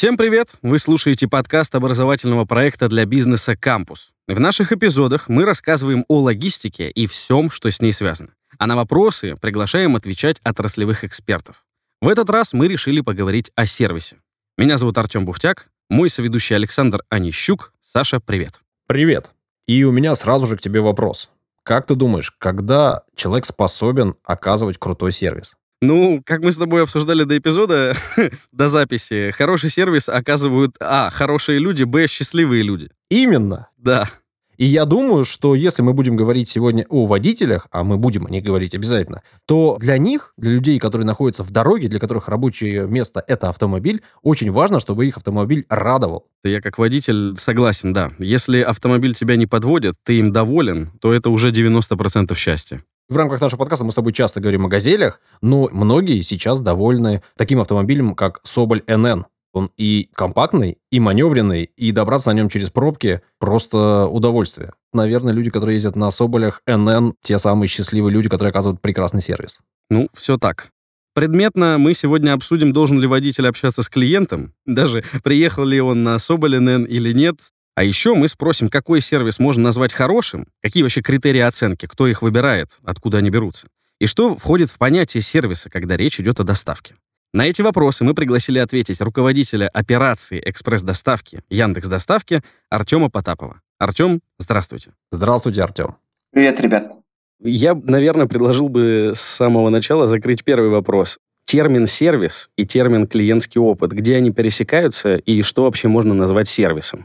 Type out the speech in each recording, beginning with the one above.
Всем привет! Вы слушаете подкаст образовательного проекта для бизнеса «Кампус». В наших эпизодах мы рассказываем о логистике и всем, что с ней связано. А на вопросы приглашаем отвечать отраслевых экспертов. В этот раз мы решили поговорить о сервисе. Меня зовут Артем Буфтяк, мой соведущий Александр Онищук. Саша, привет! Привет! И у меня сразу же к тебе вопрос. Как ты думаешь, когда человек способен оказывать крутой сервис? Ну, как мы с тобой обсуждали до эпизода, до записи, хороший сервис оказывают хорошие люди, счастливые люди. Именно. Да. И я думаю, что если мы будем говорить сегодня о водителях, а мы будем о них говорить обязательно, то для них, для людей, которые находятся в дороге, для которых рабочее место – это автомобиль, очень важно, чтобы их автомобиль радовал. Я как водитель согласен, да. Если автомобиль тебя не подводит, ты им доволен, то это уже 90% счастья. В рамках нашего подкаста мы с тобой часто говорим о «Газелях», но многие сейчас довольны таким автомобилем, как Соболь НН. Он и компактный, и маневренный, и добраться на нем через пробки – просто удовольствие. Наверное, люди, которые ездят на Соболях НН, те самые счастливые люди, которые оказывают прекрасный сервис. Ну, все так. Предметно мы сегодня обсудим, должен ли водитель общаться с клиентом, даже приехал ли он на Соболь НН или нет. А еще мы спросим, какой сервис можно назвать хорошим, какие вообще критерии оценки, кто их выбирает, откуда они берутся, и что входит в понятие сервиса, когда речь идет о доставке. На эти вопросы мы пригласили ответить руководителя операции экспресс-доставки Яндекс.Доставки Артема Потапова. Артем, здравствуйте. Здравствуйте, Артем. Привет, ребят. Я, наверное, предложил бы с самого начала закрыть первый вопрос. Термин «сервис» и термин «клиентский опыт», где они пересекаются и что вообще можно назвать сервисом?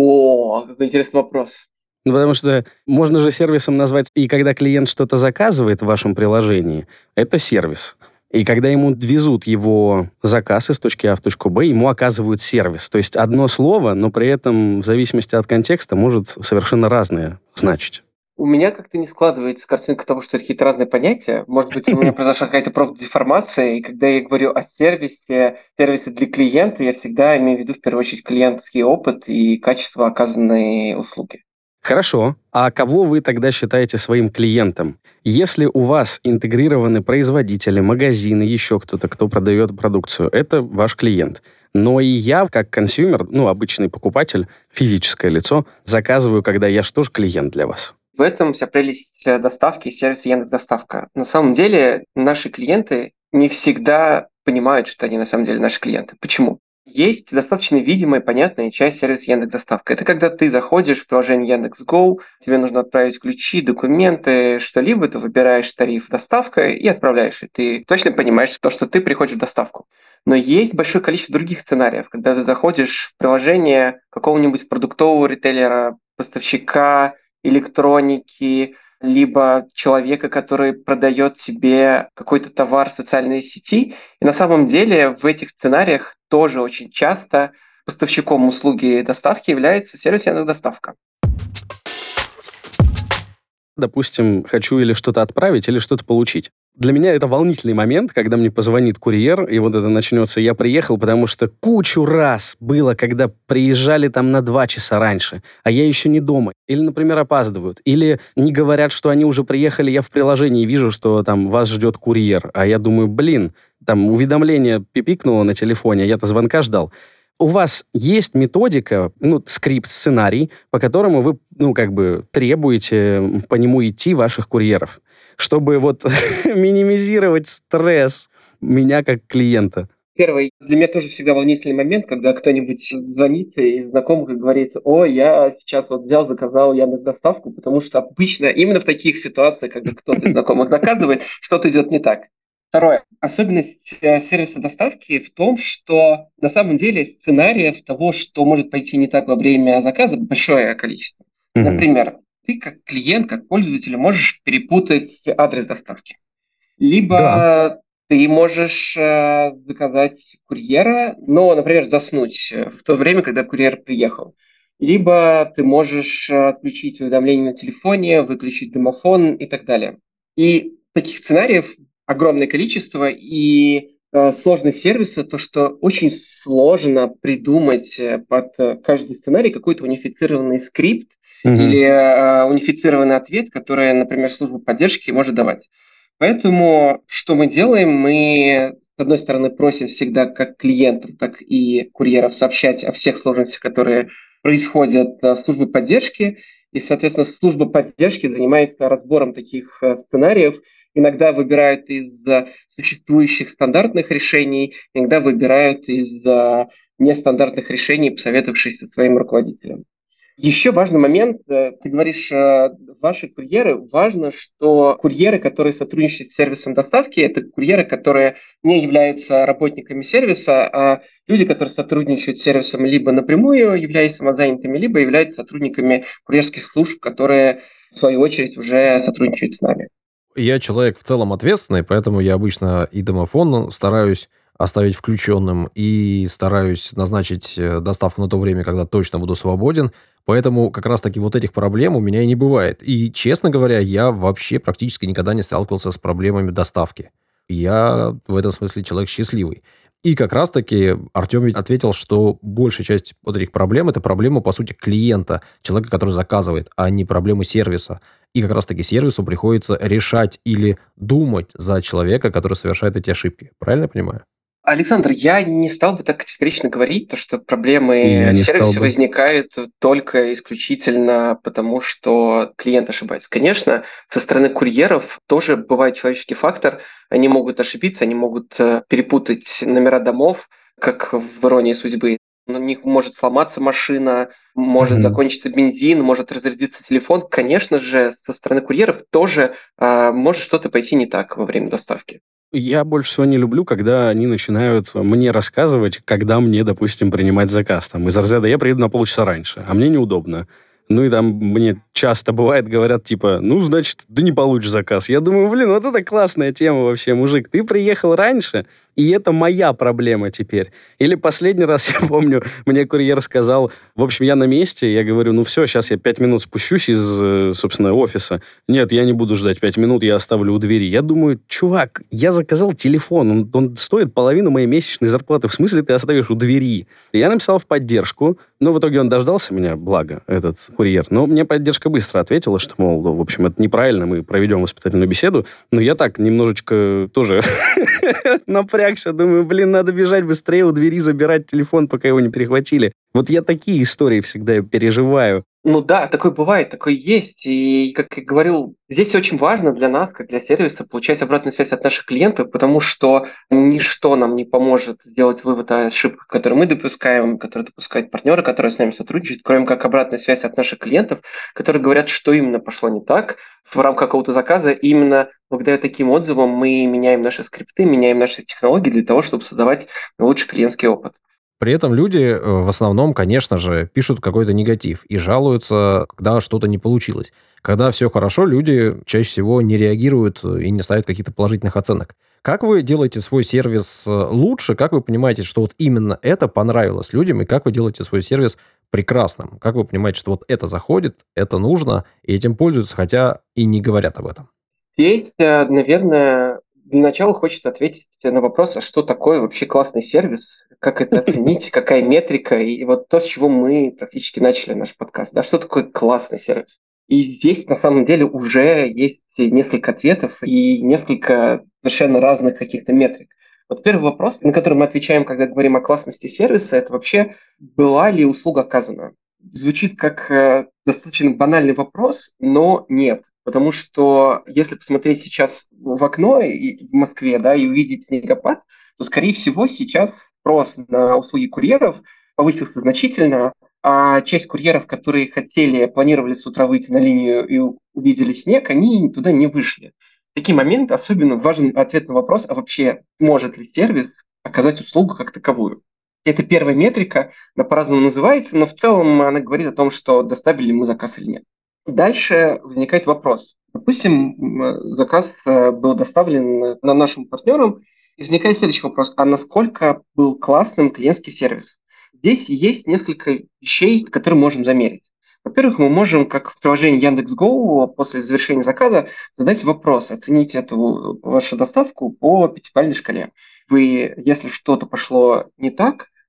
О, какой интересный вопрос. Ну, потому что можно же сервисом назвать и когда клиент что-то заказывает в вашем приложении, это сервис. И когда ему везут его заказ из точки А в точку Б, ему оказывают сервис. То есть одно слово, но при этом в зависимости от контекста может совершенно разное значить. У меня как-то не складывается картинка того, что это какие-то разные понятия. Может быть, у меня произошла какая-то профдеформация, и когда я говорю о сервисе для клиента, я всегда имею в виду в первую очередь клиентский опыт и качество оказанной услуги. Хорошо. А кого вы тогда считаете своим клиентом? Если у вас интегрированы производители, магазины, еще кто-то, кто продает продукцию, это ваш клиент. Но и я, как консюмер, обычный покупатель, физическое лицо, заказываю, когда я же тоже клиент для вас. В этом вся прелесть доставки и сервиса Яндекс.Доставка. На самом деле наши клиенты не всегда понимают, что они на самом деле наши клиенты. Почему? Есть достаточно видимая, понятная часть сервиса Яндекс.Доставка. Это когда ты заходишь в приложение Яндекс.Го, тебе нужно отправить ключи, документы, что-либо, ты выбираешь тариф доставка и отправляешь. И ты точно понимаешь то, что ты приходишь в доставку. Но есть большое количество других сценариев, когда ты заходишь в приложение какого-нибудь продуктового ритейлера, поставщика, электроники, либо человека, который продает тебе какой-то товар в социальной сети. И на самом деле в этих сценариях тоже очень часто поставщиком услуги доставки является сервис Яндекс.Доставка. Допустим, хочу или что-то отправить, или что-то получить. Для меня это волнительный момент, когда мне позвонит курьер, и вот это начнется. Я приехал, потому что кучу раз было, когда приезжали там на 2 часа раньше, а я еще не дома. Или, например, опаздывают. Или не говорят, что они уже приехали, я в приложении вижу, что там вас ждет курьер. А я думаю, там уведомление пипикнуло на телефоне, а я-то звонка ждал. У вас есть методика, скрипт, сценарий, по которому вы, требуете по нему идти ваших курьеров, чтобы минимизировать стресс меня как клиента? Первый, для меня тоже всегда волнительный момент, когда кто-нибудь звонит из знакомых и говорит: я сейчас взял, заказал Яндекс.Доставку, потому что обычно именно в таких ситуациях, когда кто-то из знакомых заказывает, что-то идет не так. Второе. Особенность сервиса доставки в том, что на самом деле сценариев того, что может пойти не так во время заказа, большое количество. Например, ты как клиент, как пользователь можешь перепутать адрес доставки. Либо ты можешь заказать курьера, но, например, заснуть в то время, когда курьер приехал. Либо ты можешь отключить уведомления на телефоне, выключить домофон и так далее. И таких сценариев огромное количество, и сложность сервиса то, что очень сложно придумать под каждый сценарий какой-то унифицированный скрипт или унифицированный ответ, который, например, служба поддержки может давать. Поэтому что мы делаем? Мы с одной стороны, просим всегда как клиентов, так и курьеров сообщать о всех сложностях, которые происходят в службе поддержки. И, соответственно, служба поддержки занимается разбором таких сценариев. Иногда выбирают из существующих стандартных решений, иногда выбирают из нестандартных решений, посоветовавшись со своим руководителем. Еще важный момент, ты говоришь, ваши курьеры, важно, что курьеры, которые сотрудничают с сервисом доставки, это курьеры, которые не являются работниками сервиса, а люди, которые сотрудничают с сервисом либо напрямую, являясь самозанятыми, либо являются сотрудниками курьерских служб, которые, в свою очередь, уже сотрудничают с нами. Я человек в целом ответственный, поэтому я обычно и домофон стараюсь оставить включенным, и стараюсь назначить доставку на то время, когда точно буду свободен. Поэтому как раз-таки вот этих проблем у меня и не бывает. И, честно говоря, я вообще практически никогда не сталкивался с проблемами доставки. Я в этом смысле человек счастливый. И как раз-таки Артем ведь ответил, что большая часть вот этих проблем – это проблемы, по сути, клиента, человека, который заказывает, а не проблемы сервиса. И как раз-таки сервису приходится решать или думать за человека, который совершает эти ошибки. Правильно я понимаю? Александр, я не стал бы так категорично говорить, что И проблемы я в не стал сервисе бы. возникают только исключительно потому, что клиент ошибается. Конечно, со стороны курьеров тоже бывает человеческий фактор. Они могут ошибиться, они могут перепутать номера домов, как в «Иронии судьбы». У них может сломаться машина, может Мгм. закончиться бензин, может разрядиться телефон. Конечно же, со стороны курьеров тоже может что-то пойти не так во время доставки. Я больше всего не люблю, когда они начинают мне рассказывать, когда мне, допустим, принимать заказ. Там, из разряда «я приеду на полчаса раньше», а мне неудобно. Ну и там мне часто бывает, говорят, типа, ну, значит, ты не получишь заказ. Я думаю, блин, вот это классная тема вообще, мужик. Ты приехал раньше, и это моя проблема теперь. Или последний раз, я помню, мне курьер сказал, в общем, я на месте, я говорю, ну все, сейчас я 5 минут спущусь из, собственно, офиса. Нет, я не буду ждать 5 минут, я оставлю у двери. Я думаю, чувак, я заказал телефон, он стоит половину моей месячной зарплаты. В смысле ты оставишь у двери? Я написал в поддержку, но в итоге он дождался меня, благо, этот курьер. Но мне поддержка быстро ответила, что, мол, в общем, это неправильно, мы проведем воспитательную беседу. Но я так немножечко тоже напрягся, думаю, блин, надо бежать быстрее у двери, забирать телефон, пока его не перехватили. Вот я такие истории всегда переживаю. Ну да, такое бывает, такое есть. И, как я говорил, здесь очень важно для нас, как для сервиса, получать обратную связь от наших клиентов, потому что ничто нам не поможет сделать вывод о ошибках, которые мы допускаем, которые допускают партнеры, которые с нами сотрудничают, кроме как обратная связь от наших клиентов, которые говорят, что именно пошло не так в рамках какого-то заказа. И именно благодаря таким отзывам мы меняем наши скрипты, меняем наши технологии для того, чтобы создавать лучший клиентский опыт. При этом люди в основном, конечно же, пишут какой-то негатив и жалуются, когда что-то не получилось. Когда все хорошо, люди чаще всего не реагируют и не ставят каких-то положительных оценок. Как вы делаете свой сервис лучше? Как вы понимаете, что вот именно это понравилось людям? И как вы делаете свой сервис прекрасным? Как вы понимаете, что вот это заходит, это нужно, и этим пользуются, хотя и не говорят об этом? Здесь, наверное, для начала хочется ответить на вопрос, а что такое вообще классный сервис, как это оценить, какая метрика, и вот то, с чего мы практически начали наш подкаст. Да, что такое классный сервис? И здесь, на самом деле, уже есть несколько ответов и несколько совершенно разных каких-то метрик. Вот первый вопрос, на который мы отвечаем, когда говорим о классности сервиса, это вообще, была ли услуга оказана? Звучит как достаточно банальный вопрос, но нет. Потому что если посмотреть сейчас в окно в Москве, да, и увидеть снегопад, то, скорее всего, сейчас спрос на услуги курьеров повысился значительно, а часть курьеров, которые планировали с утра выйти на линию и увидели снег, они туда не вышли. В такие моменты особенно важен ответ на вопрос, а вообще может ли сервис оказать услугу как таковую. Это первая метрика, она по-разному называется, но в целом она говорит о том, что доставили мы заказ или нет. Дальше возникает вопрос. Допустим, заказ был доставлен на нашим партнерам, и возникает следующий вопрос. А насколько был классным клиентский сервис? Здесь есть несколько вещей, которые можем замерить. Во-первых, мы можем, как в приложении Яндекс.Го, после завершения заказа задать вопрос, оценить эту вашу доставку по пятибалльной шкале. Если что-то пошло не так,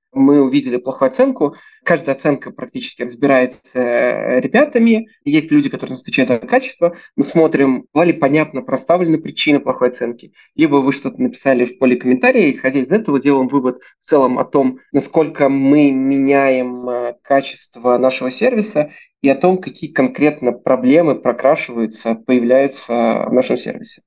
мы увидели плохую оценку. Каждая оценка практически разбирается ребятами. Есть люди, которые нас отвечают за качество. Мы смотрим, была ли понятно проставлена причина плохой оценки. Либо вы что-то написали в поле комментария, исходя из этого делаем вывод в целом о том, насколько мы меняем качество нашего сервиса и о том, какие конкретно проблемы прокрашиваются, появляются в нашем сервисе.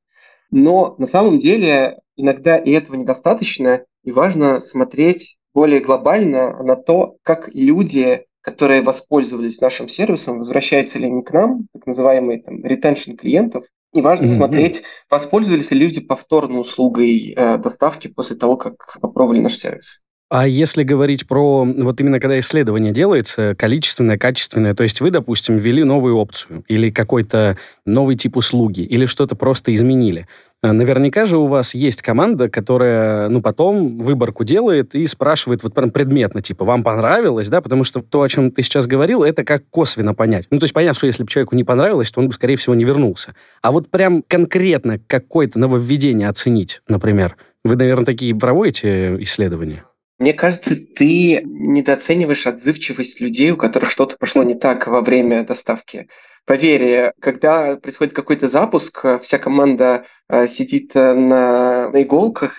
Но на самом деле иногда и этого недостаточно, и важно смотреть более глобально на то, как люди, которые воспользовались нашим сервисом, возвращаются ли они к нам, так называемые там, retention клиентов. И важно смотреть, воспользовались ли люди повторно услугой доставки после того, как попробовали наш сервис. А если говорить про, вот именно когда исследование делается, количественное, качественное, то есть вы, допустим, ввели новую опцию или какой-то новый тип услуги, или что-то просто изменили. Наверняка же у вас есть команда, которая, потом выборку делает и спрашивает вот прям предметно, типа, вам понравилось, да? Потому что то, о чем ты сейчас говорил, это как косвенно понять. То есть понятно, что если бы человеку не понравилось, то он бы, скорее всего, не вернулся. А вот прям конкретно какое-то нововведение оценить, например. Вы, наверное, такие проводите исследования? Мне кажется, ты недооцениваешь отзывчивость людей, у которых что-то пошло не так во время доставки. Поверь, когда происходит какой-то запуск, вся команда сидит на иголках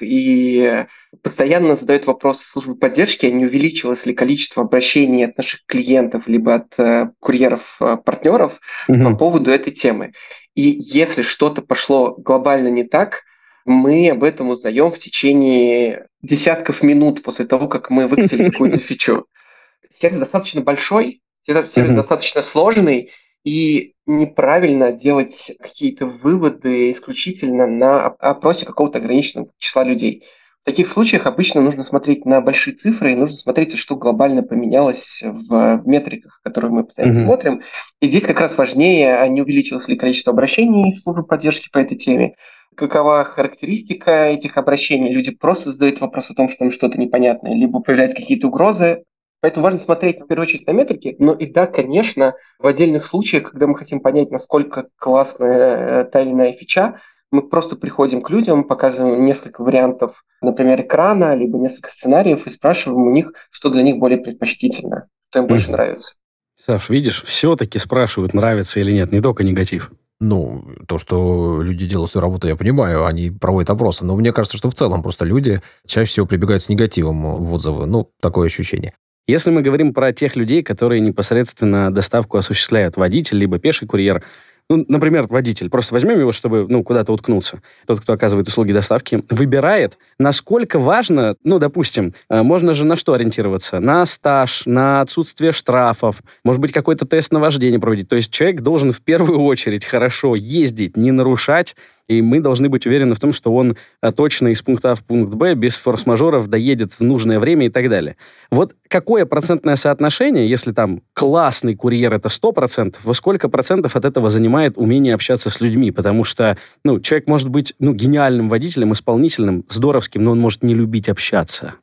и постоянно задает вопрос службы поддержки, а не увеличилось ли количество обращений от наших клиентов либо от курьеров-партнеров по поводу этой темы. И если что-то пошло глобально не так, мы об этом узнаем в течение десятков минут после того, как мы выкатили какую-то фичу. Сервис достаточно большой, сервис достаточно сложный, и неправильно делать какие-то выводы исключительно на опросе какого-то ограниченного числа людей. В таких случаях обычно нужно смотреть на большие цифры, и нужно смотреть, что глобально поменялось в метриках, которые мы постоянно смотрим. И здесь как раз важнее, а не увеличилось ли количество обращений в службу поддержки по этой теме, какова характеристика этих обращений. Люди просто задают вопрос о том, что им что-то непонятное, либо появляются какие-то угрозы. Поэтому важно смотреть, в первую очередь, на метрики. Но и да, конечно, в отдельных случаях, когда мы хотим понять, насколько классная та или иная фича, мы просто приходим к людям, показываем несколько вариантов, например, экрана, либо несколько сценариев, и спрашиваем у них, что для них более предпочтительно, что им больше нравится. Саш, видишь, все-таки спрашивают, нравится или нет, не только негатив. То, что люди делают свою работу, я понимаю, они проводят опросы. Но мне кажется, что в целом просто люди чаще всего прибегают с негативом в отзывы. Такое ощущение. Если мы говорим про тех людей, которые непосредственно доставку осуществляют, водитель либо пеший курьер, например, водитель, просто возьмем его, чтобы, куда-то уткнуться. Тот, кто оказывает услуги доставки, выбирает, насколько важно, допустим, можно же на что ориентироваться? На стаж, на отсутствие штрафов, может быть, какой-то тест на вождение проводить. То есть человек должен в первую очередь хорошо ездить, не нарушать, и мы должны быть уверены в том, что он точно из пункта А в пункт Б без форс-мажоров доедет в нужное время и так далее. Вот какое процентное соотношение, если там классный курьер это 100%, во сколько процентов от этого занимает умение общаться с людьми? Потому что, человек может быть, гениальным водителем, исполнительным, здоровским, но он может не любить общаться.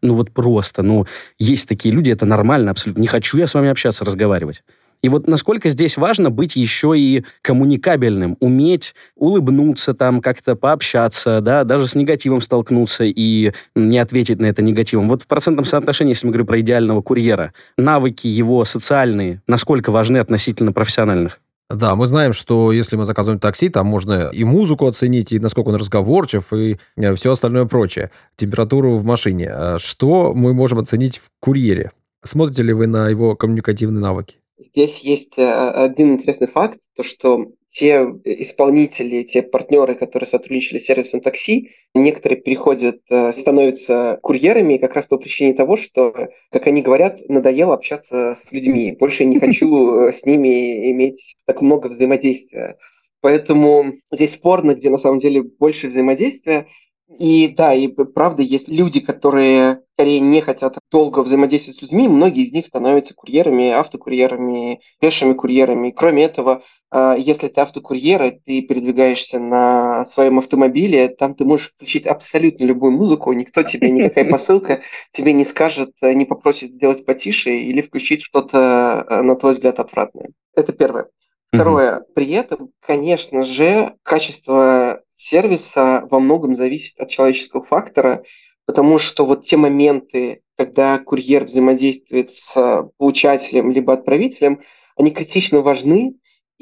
Есть такие люди, это нормально абсолютно. Не хочу я с вами общаться, разговаривать. И вот насколько здесь важно быть еще и коммуникабельным, уметь улыбнуться там, как-то пообщаться, да, даже с негативом столкнуться и не ответить на это негативом. Вот в процентном соотношении, если мы говорим про идеального курьера, навыки его социальные, насколько важны относительно профессиональных? Да, мы знаем, что если мы заказываем такси, там можно и музыку оценить, и насколько он разговорчив, и все остальное прочее. Температуру в машине. Что мы можем оценить в курьере? Смотрите ли вы на его коммуникативные навыки? Здесь есть один интересный факт, то что те исполнители, те партнеры, которые сотрудничали с сервисом такси, некоторые становятся курьерами как раз по причине того, что, как они говорят, надоело общаться с людьми. Больше не хочу с ними иметь так много взаимодействия. Поэтому здесь спорно, где на самом деле больше взаимодействия. И да, и правда, есть люди, которые скорее не хотят долго взаимодействовать с людьми, многие из них становятся курьерами, автокурьерами, пешими курьерами. И кроме этого, если ты автокурьер, и ты передвигаешься на своем автомобиле, там ты можешь включить абсолютно любую музыку, никто тебе, никакая посылка тебе не скажет, не попросит сделать потише или включить что-то, на твой взгляд, отвратное. Это первое. Второе. При этом, конечно же, качество сервиса во многом зависит от человеческого фактора, потому что вот те моменты, когда курьер взаимодействует с получателем либо отправителем, они критично важны,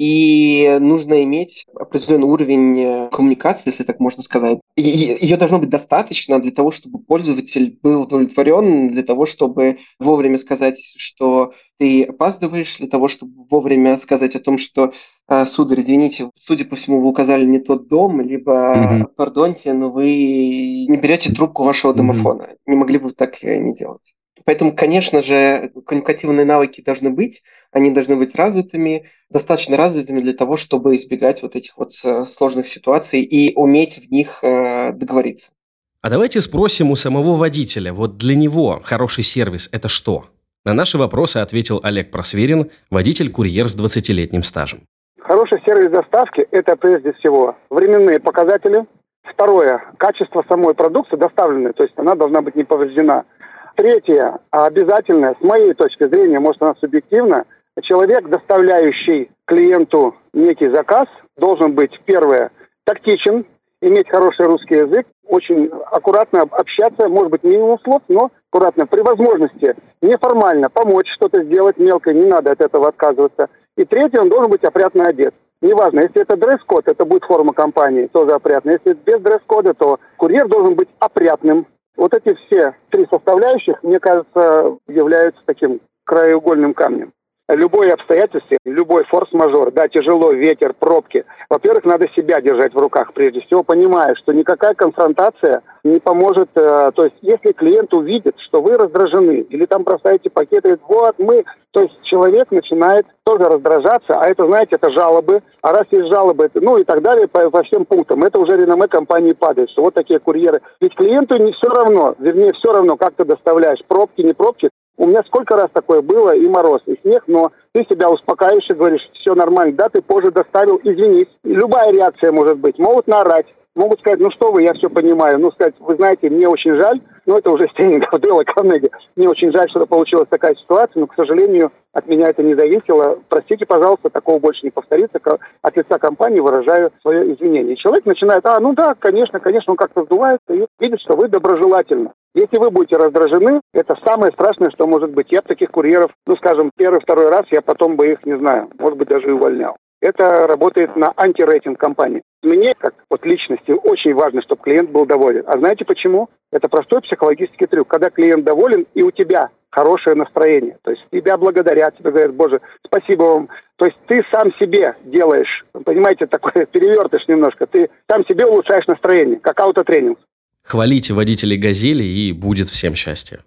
и нужно иметь определенный уровень коммуникации, если так можно сказать. И ее должно быть достаточно для того, чтобы пользователь был удовлетворен, для того, чтобы вовремя сказать, что ты опаздываешь, для того, чтобы вовремя сказать о том, что сударь, извините, судя по всему, вы указали не тот дом, Мгм. либо, пардоньте, но вы не берете трубку вашего Мгм. домофона. Не могли бы вы так не делать? Поэтому, конечно же, коммуникативные навыки должны быть, они должны быть развитыми, достаточно развитыми для того, чтобы избегать вот этих вот сложных ситуаций и уметь в них договориться. А давайте спросим у самого водителя, вот для него хороший сервис – это что? На наши вопросы ответил Олег Просверин, водитель-курьер с 20-летним стажем. Хороший сервис доставки – это прежде всего временные показатели. Второе – качество самой продукции доставленной, то есть она должна быть не повреждена. Третье – обязательно, с моей точки зрения, может она субъективна, человек, доставляющий клиенту некий заказ, должен быть, первое, тактичен, иметь хороший русский язык, очень аккуратно общаться, может быть, минимум слов, но аккуратно, при возможности неформально помочь что-то сделать мелкое, не надо от этого отказываться. И третье, он должен быть опрятно одет. Неважно, если это дресс-код, это будет форма компании, тоже опрятно. Если без дресс-кода, то курьер должен быть опрятным. Вот эти все три составляющих, мне кажется, являются таким краеугольным камнем. Любое обстоятельство, любой форс-мажор, да, тяжело, ветер, пробки. Во-первых, надо себя держать в руках, прежде всего, понимая, что никакая конфронтация не поможет. То есть, если клиент увидит, что вы раздражены, или там бросаете пакеты, говорит, вот мы... То есть, человек начинает тоже раздражаться, а это, знаете, это жалобы. А раз есть жалобы, это, ну и так далее, по всем пунктам, это уже реноме компании падает, что вот такие курьеры. Ведь клиенту не все равно, вернее, все равно, как ты доставляешь, пробки, не пробки. У меня сколько раз такое было, и мороз, и снег, но ты себя успокаиваешь и говоришь, все нормально, да, ты позже доставил, извинись. И любая реакция может быть. Могут наорать, могут сказать, ну что вы, я все понимаю. Ну, сказать, вы знаете, мне очень жаль, но это уже с тренингов Дейла Карнеги. Мне очень жаль, что получилась такая ситуация, но, к сожалению, от меня это не зависело. Простите, пожалуйста, такого больше не повторится. От лица компании выражаю свое извинение. И человек начинает, ну да, конечно, он как-то сдувается и видит, что вы доброжелательны. Если вы будете раздражены, это самое страшное, что может быть. Я бы таких курьеров, скажем, первый, второй раз, я потом бы их, не знаю, может быть, даже и увольнял. Это работает на антирейтинг компании. Мне, как вот личности, очень важно, чтобы клиент был доволен. А знаете почему? Это простой психологический трюк. Когда клиент доволен, и у тебя хорошее настроение. То есть тебя благодарят, тебе говорят, боже, спасибо вам. То есть ты сам себе делаешь, понимаете, такой перевертыш немножко. Ты сам себе улучшаешь настроение, как аутотренинг. Хвалите водителей «Газели» и будет всем счастье.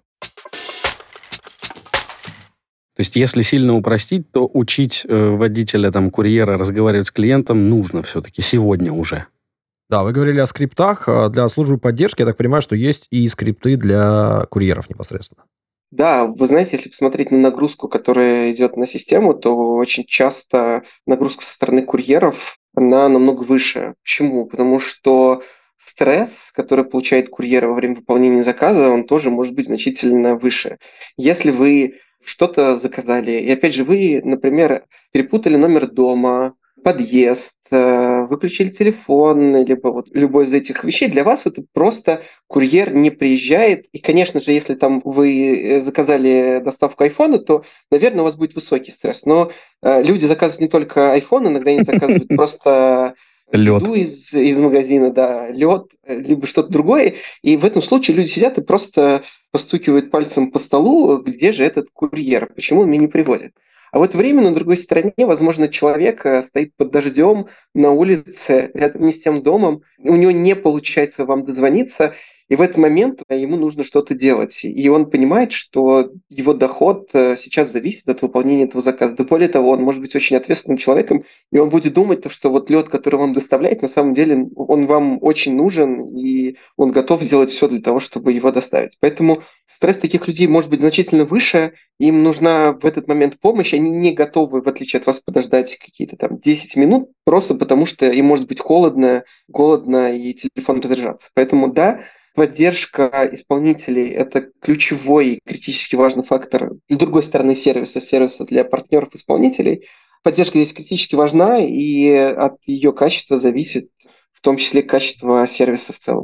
То есть, если сильно упростить, то учить водителя, курьера разговаривать с клиентом нужно все-таки сегодня уже. Да, вы говорили о скриптах. Для службы поддержки, я так понимаю, что есть и скрипты для курьеров непосредственно. Да, вы знаете, если посмотреть на нагрузку, которая идет на систему, то очень часто нагрузка со стороны курьеров, она намного выше. Почему? Потому что стресс, который получает курьер во время выполнения заказа, он тоже может быть значительно выше. Если вы что-то заказали, и опять же вы, например, перепутали номер дома, подъезд, выключили телефон, либо вот любой из этих вещей, для вас это просто курьер не приезжает. И, конечно же, если там вы заказали доставку айфона, то, наверное, у вас будет высокий стресс. Но люди заказывают не только айфон, иногда они заказывают просто Лед. еду из магазина, да, лед, либо что-то другое. И в этом случае люди сидят и просто постукивают пальцем по столу, где же этот курьер, почему он меня не привозит. А в это время на другой стороне, возможно, человек стоит под дождем на улице, рядом с тем домом, у него не получается вам дозвониться, и в этот момент ему нужно что-то делать. И он понимает, что его доход сейчас зависит от выполнения этого заказа. Да более того, он может быть очень ответственным человеком, и он будет думать, что вот лед, который он доставляет, на самом деле он вам очень нужен, и он готов сделать все для того, чтобы его доставить. Поэтому стресс таких людей может быть значительно выше, им нужна в этот момент помощь, они не готовы, в отличие от вас, подождать какие-то там 10 минут, просто потому что им может быть холодно, голодно, и телефон разряжаться. Поэтому да, поддержка исполнителей – это ключевой и критически важный фактор. С другой стороны, сервиса для партнеров-исполнителей. Поддержка здесь критически важна, и от ее качества зависит в том числе качество сервиса в целом.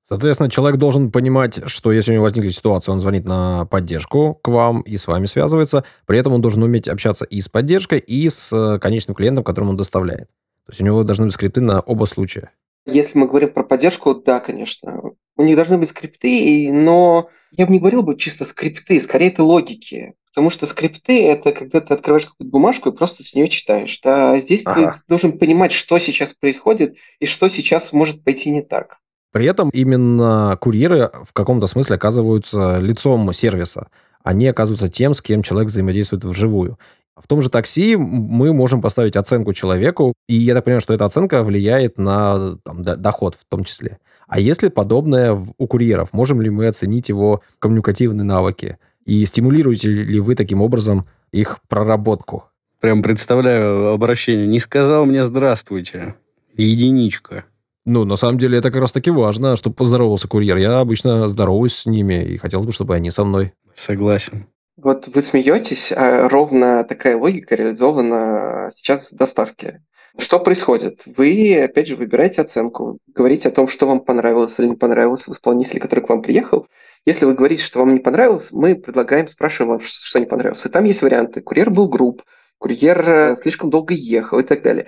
Соответственно, человек должен понимать, что если у него возникли ситуации, он звонит на поддержку к вам и с вами связывается. При этом он должен уметь общаться и с поддержкой, и с конечным клиентом, которому он доставляет. То есть у него должны быть скрипты на оба случая. Если мы говорим про поддержку, да, конечно. У них должны быть скрипты, но я бы не говорил бы чисто скрипты, скорее это логики. Потому что скрипты — это когда ты открываешь какую-то бумажку и просто с нее читаешь. Да? А здесь ты Ага. должен понимать, что сейчас происходит и что сейчас может пойти не так. При этом именно курьеры в каком-то смысле оказываются лицом сервиса. Они оказываются тем, с кем человек взаимодействует вживую. В том же такси мы можем поставить оценку человеку, и я так понимаю, что эта оценка влияет на доход в том числе. А если подобное у курьеров, можем ли мы оценить его коммуникативные навыки? И стимулируете ли вы таким образом их проработку? Прям представляю обращение. Не сказал мне «здравствуйте». Единичка. Ну, на самом деле, это как раз-таки важно, чтобы поздоровался курьер. Я обычно здороваюсь с ними, и хотелось бы, чтобы они со мной. Согласен. Вот вы смеетесь, а ровно такая логика реализована сейчас в доставке. Что происходит? Вы, опять же, выбираете оценку, говорите о том, что вам понравилось или не понравилось в исполнителе, который к вам приехал. Если вы говорите, что вам не понравилось, мы предлагаем, спрашиваем вам, что не понравилось. И там есть варианты. Курьер был груб, курьер слишком долго ехал и так далее.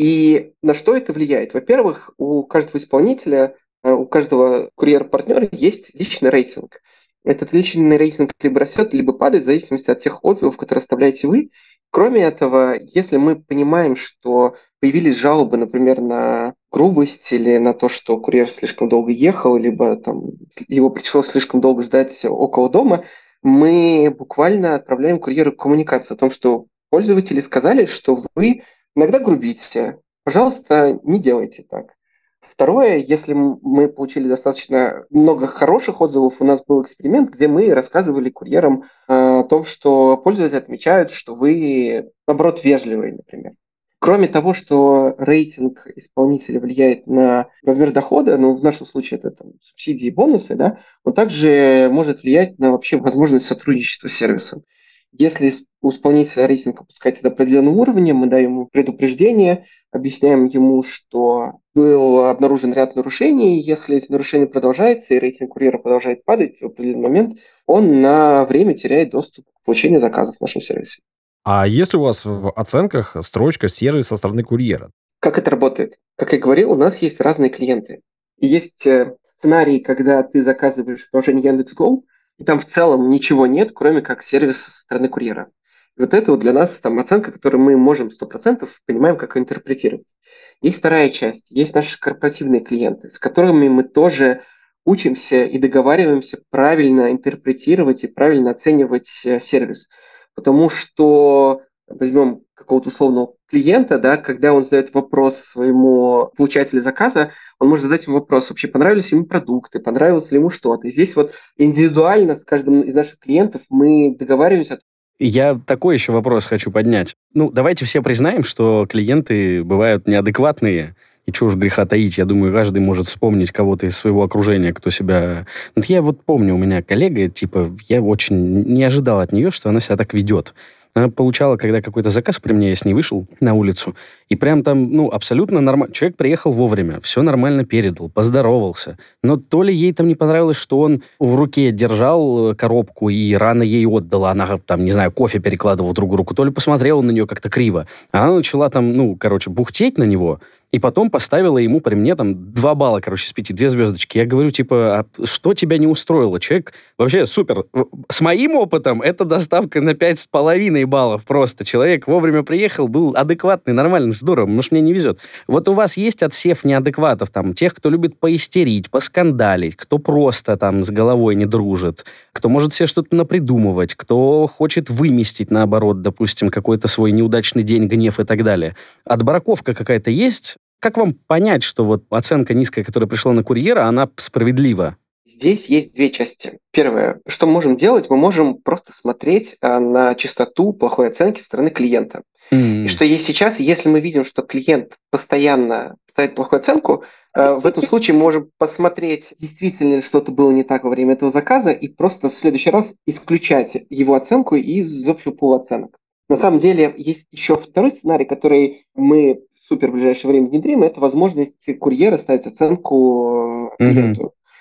И на что это влияет? Во-первых, у каждого исполнителя, у каждого курьера-партнера есть личный рейтинг. Этот личный рейтинг либо растет, либо падает, в зависимости от тех отзывов, которые оставляете вы. Кроме этого, если мы понимаем, что появились жалобы, например, на грубость или на то, что курьер слишком долго ехал, либо там, его пришлось слишком долго ждать около дома, мы буквально отправляем курьеру коммуникацию о том, что пользователи сказали, что вы иногда грубите. Пожалуйста, не делайте так. Второе, если мы получили достаточно много хороших отзывов, у нас был эксперимент, где мы рассказывали курьерам о том, что пользователи отмечают, что вы, наоборот, вежливые, например. Кроме того, что рейтинг исполнителя влияет на размер дохода, ну, в нашем случае это там, субсидии и бонусы, да, он также может влиять на вообще возможность сотрудничества с сервисом. Если у исполнителя рейтинг опускается до определенного уровня, мы даем ему предупреждение, объясняем ему, что был обнаружен ряд нарушений. Если эти нарушения продолжаются и рейтинг курьера продолжает падать, в определенный момент он на время теряет доступ к получению заказов в нашем сервисе. А если у вас в оценках строчка «сервис со стороны курьера»? Как это работает? Как я говорил, у нас есть разные клиенты. И есть сценарий, когда ты заказываешь приложение Яндекс.Го, и там в целом ничего нет, кроме как сервис со стороны курьера. И вот это вот для нас там оценка, которую мы можем 100% понимаем, как ее интерпретировать. Есть вторая часть, есть наши корпоративные клиенты, с которыми мы тоже учимся и договариваемся правильно интерпретировать и правильно оценивать сервис. Потому что возьмем какого-то условного клиента, да, когда он задает вопрос своему получателю заказа, он может задать ему вопрос, вообще понравились ему продукты, понравилось ли ему что-то. И здесь вот индивидуально с каждым из наших клиентов мы договариваемся. Я такой еще вопрос хочу поднять. Ну, давайте все признаем, что клиенты бывают неадекватные. И чего уж греха таить, я думаю, каждый может вспомнить кого-то из своего окружения, кто себя... Вот я вот помню, у меня коллега, типа, я очень не ожидал от нее, что она себя так ведет. Она получала, когда какой-то заказ при мне, я с ней вышел на улицу, и прям там, ну, абсолютно нормально. Человек приехал вовремя, все нормально передал, поздоровался. Но то ли ей там не понравилось, что он в руке держал коробку и рано ей отдал, она там, не знаю, кофе перекладывала в другую руку, то ли посмотрела на нее как-то криво. Она начала там, ну, короче, бухтеть на него, и потом поставила ему при мне там 2 балла, короче, с 5, 2 звездочки. Я говорю, типа, а что тебя не устроило? Человек вообще супер. С моим опытом это доставка на 5,5 баллов просто. Человек вовремя приехал, был адекватный, нормальный, здорово. Может, мне не везет. Вот у вас есть отсев неадекватов, там, тех, кто любит поистерить, поскандалить, кто просто там с головой не дружит, кто может себе что-то напридумывать, кто хочет выместить, наоборот, допустим, какой-то свой неудачный день, гнев и так далее. Отбраковка какая-то есть? Как вам понять, что вот оценка низкая, которая пришла на курьера, она справедлива? Здесь есть две части. Первое, что мы можем делать, мы можем просто смотреть на частоту плохой оценки со стороны клиента. И что есть сейчас, если мы видим, что клиент постоянно ставит плохую оценку, в этом случае мы можем посмотреть, действительно ли что-то было не так во время этого заказа, и просто в следующий раз исключать его оценку из общего пула оценок. На самом деле есть еще второй сценарий, который мы в супер ближайшее время внедрим, это возможность курьера ставить оценку клиенту.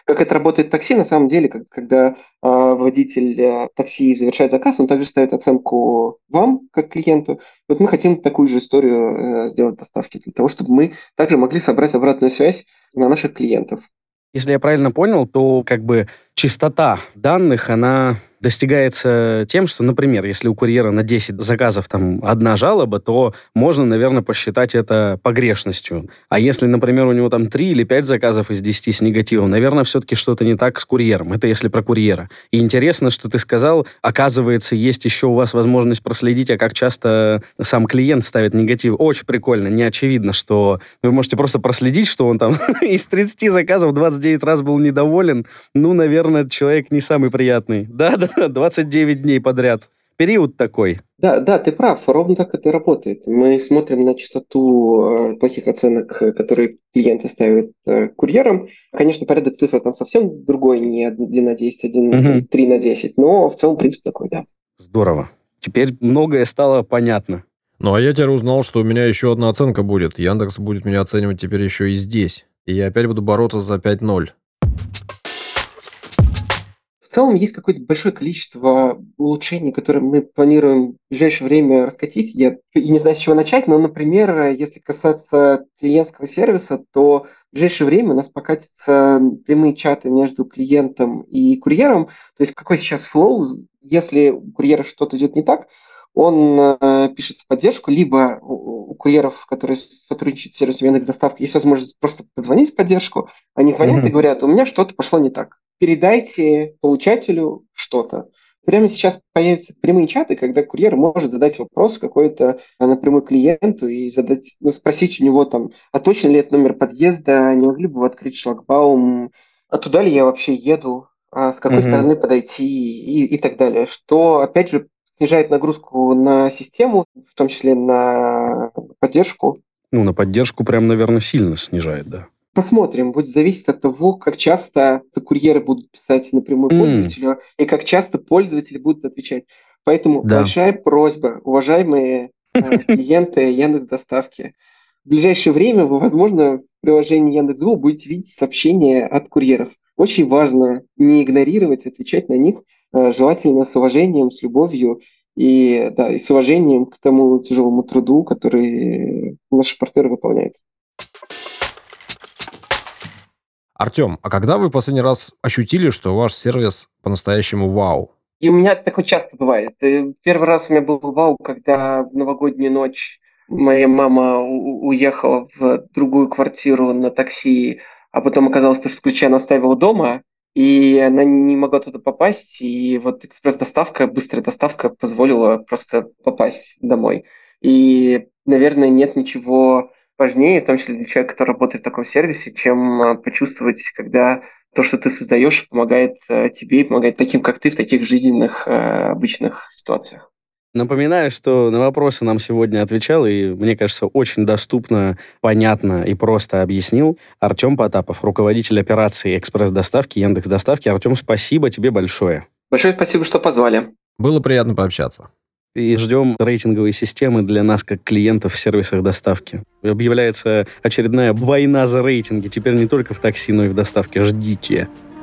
Как это работает в такси, на самом деле, когда водитель такси завершает заказ, он также ставит оценку вам, как клиенту. Вот мы хотим такую же историю сделать доставки, для того, чтобы мы также могли собрать обратную связь на наших клиентов. Если я правильно понял, то как бы частота данных, она достигается тем, что, например, если у курьера на 10 заказов там одна жалоба, то можно, наверное, посчитать это погрешностью. А если, например, у него там 3 или 5 заказов из 10 с негативом, наверное, все-таки что-то не так с курьером. Это если про курьера. И интересно, что ты сказал, оказывается, есть еще у вас возможность проследить, а как часто сам клиент ставит негатив. Очень прикольно, не очевидно, что вы можете просто проследить, что он там из 30 заказов 29 раз был недоволен. Ну, наверное, человек не самый приятный. Да-да, 29 дней подряд. Период такой. Да, ты прав, ровно так это и работает. Мы смотрим на частоту плохих оценок, которые клиенты ставят курьерам. Конечно, порядок цифр там совсем другой, не 1 на 10, 1 3 на 10, но в целом принцип такой, да. Здорово. Теперь многое стало понятно. Ну, а я теперь узнал, что у меня еще одна оценка будет. Яндекс будет меня оценивать теперь еще и здесь. И я опять буду бороться за 5-0. В целом есть какое-то большое количество улучшений, которые мы планируем в ближайшее время раскатить. Я не знаю, с чего начать, но, например, если касаться клиентского сервиса, то в ближайшее время у нас покатятся прямые чаты между клиентом и курьером. То есть какой сейчас флоу, если у курьера что-то идет не так, он пишет в поддержку, либо у курьеров, которые сотрудничают с сервисом Яндекс.Доставки, есть возможность просто позвонить в поддержку. Они звонят и говорят, у меня что-то пошло не так. Передайте получателю что-то. Прямо сейчас появятся прямые чаты, когда курьер может задать вопрос какой-то напрямую клиенту и спросить у него там, а точно ли это номер подъезда, не могли бы вы открыть шлагбаум, а туда ли я вообще еду, а с какой стороны подойти и так далее. Что, опять же, снижает нагрузку на систему, в том числе на поддержку. Ну, на поддержку прям, наверное, сильно снижает, да. Посмотрим, будет зависеть от того, как часто курьеры будут писать напрямую пользователю и как часто пользователи будут отвечать. Поэтому большая просьба, уважаемые клиенты Яндекс.Доставки, в ближайшее время вы, возможно, в приложении Яндекс.Зу будете видеть сообщения от курьеров. Очень важно не игнорировать, отвечать на них, желательно с уважением, с любовью и с уважением к тому тяжелому труду, который наши партнеры выполняют. Артем, а когда вы в последний раз ощутили, что ваш сервис по-настоящему вау? И у меня такое часто бывает. Первый раз у меня был вау, когда в новогоднюю ночь моя мама уехала в другую квартиру на такси, а потом оказалось, что ключи она оставила дома, и она не могла туда попасть, и вот экспресс-доставка, быстрая доставка позволила просто попасть домой. И, наверное, нет ничего важнее, в том числе для человека, который работает в таком сервисе, чем почувствовать, когда то, что ты создаешь, помогает тебе и помогает таким, как ты, в таких жизненных обычных ситуациях. Напоминаю, что на вопросы нам сегодня отвечал и, мне кажется, очень доступно, понятно и просто объяснил Артем Потапов, руководитель операции экспресс-доставки Яндекс.Доставки. Артем, спасибо тебе большое. Большое спасибо, что позвали. Было приятно пообщаться. И ждем рейтинговые системы для нас, как клиентов в сервисах доставки. Объявляется очередная война за рейтинги. Теперь не только в такси, но и в доставке. Ждите.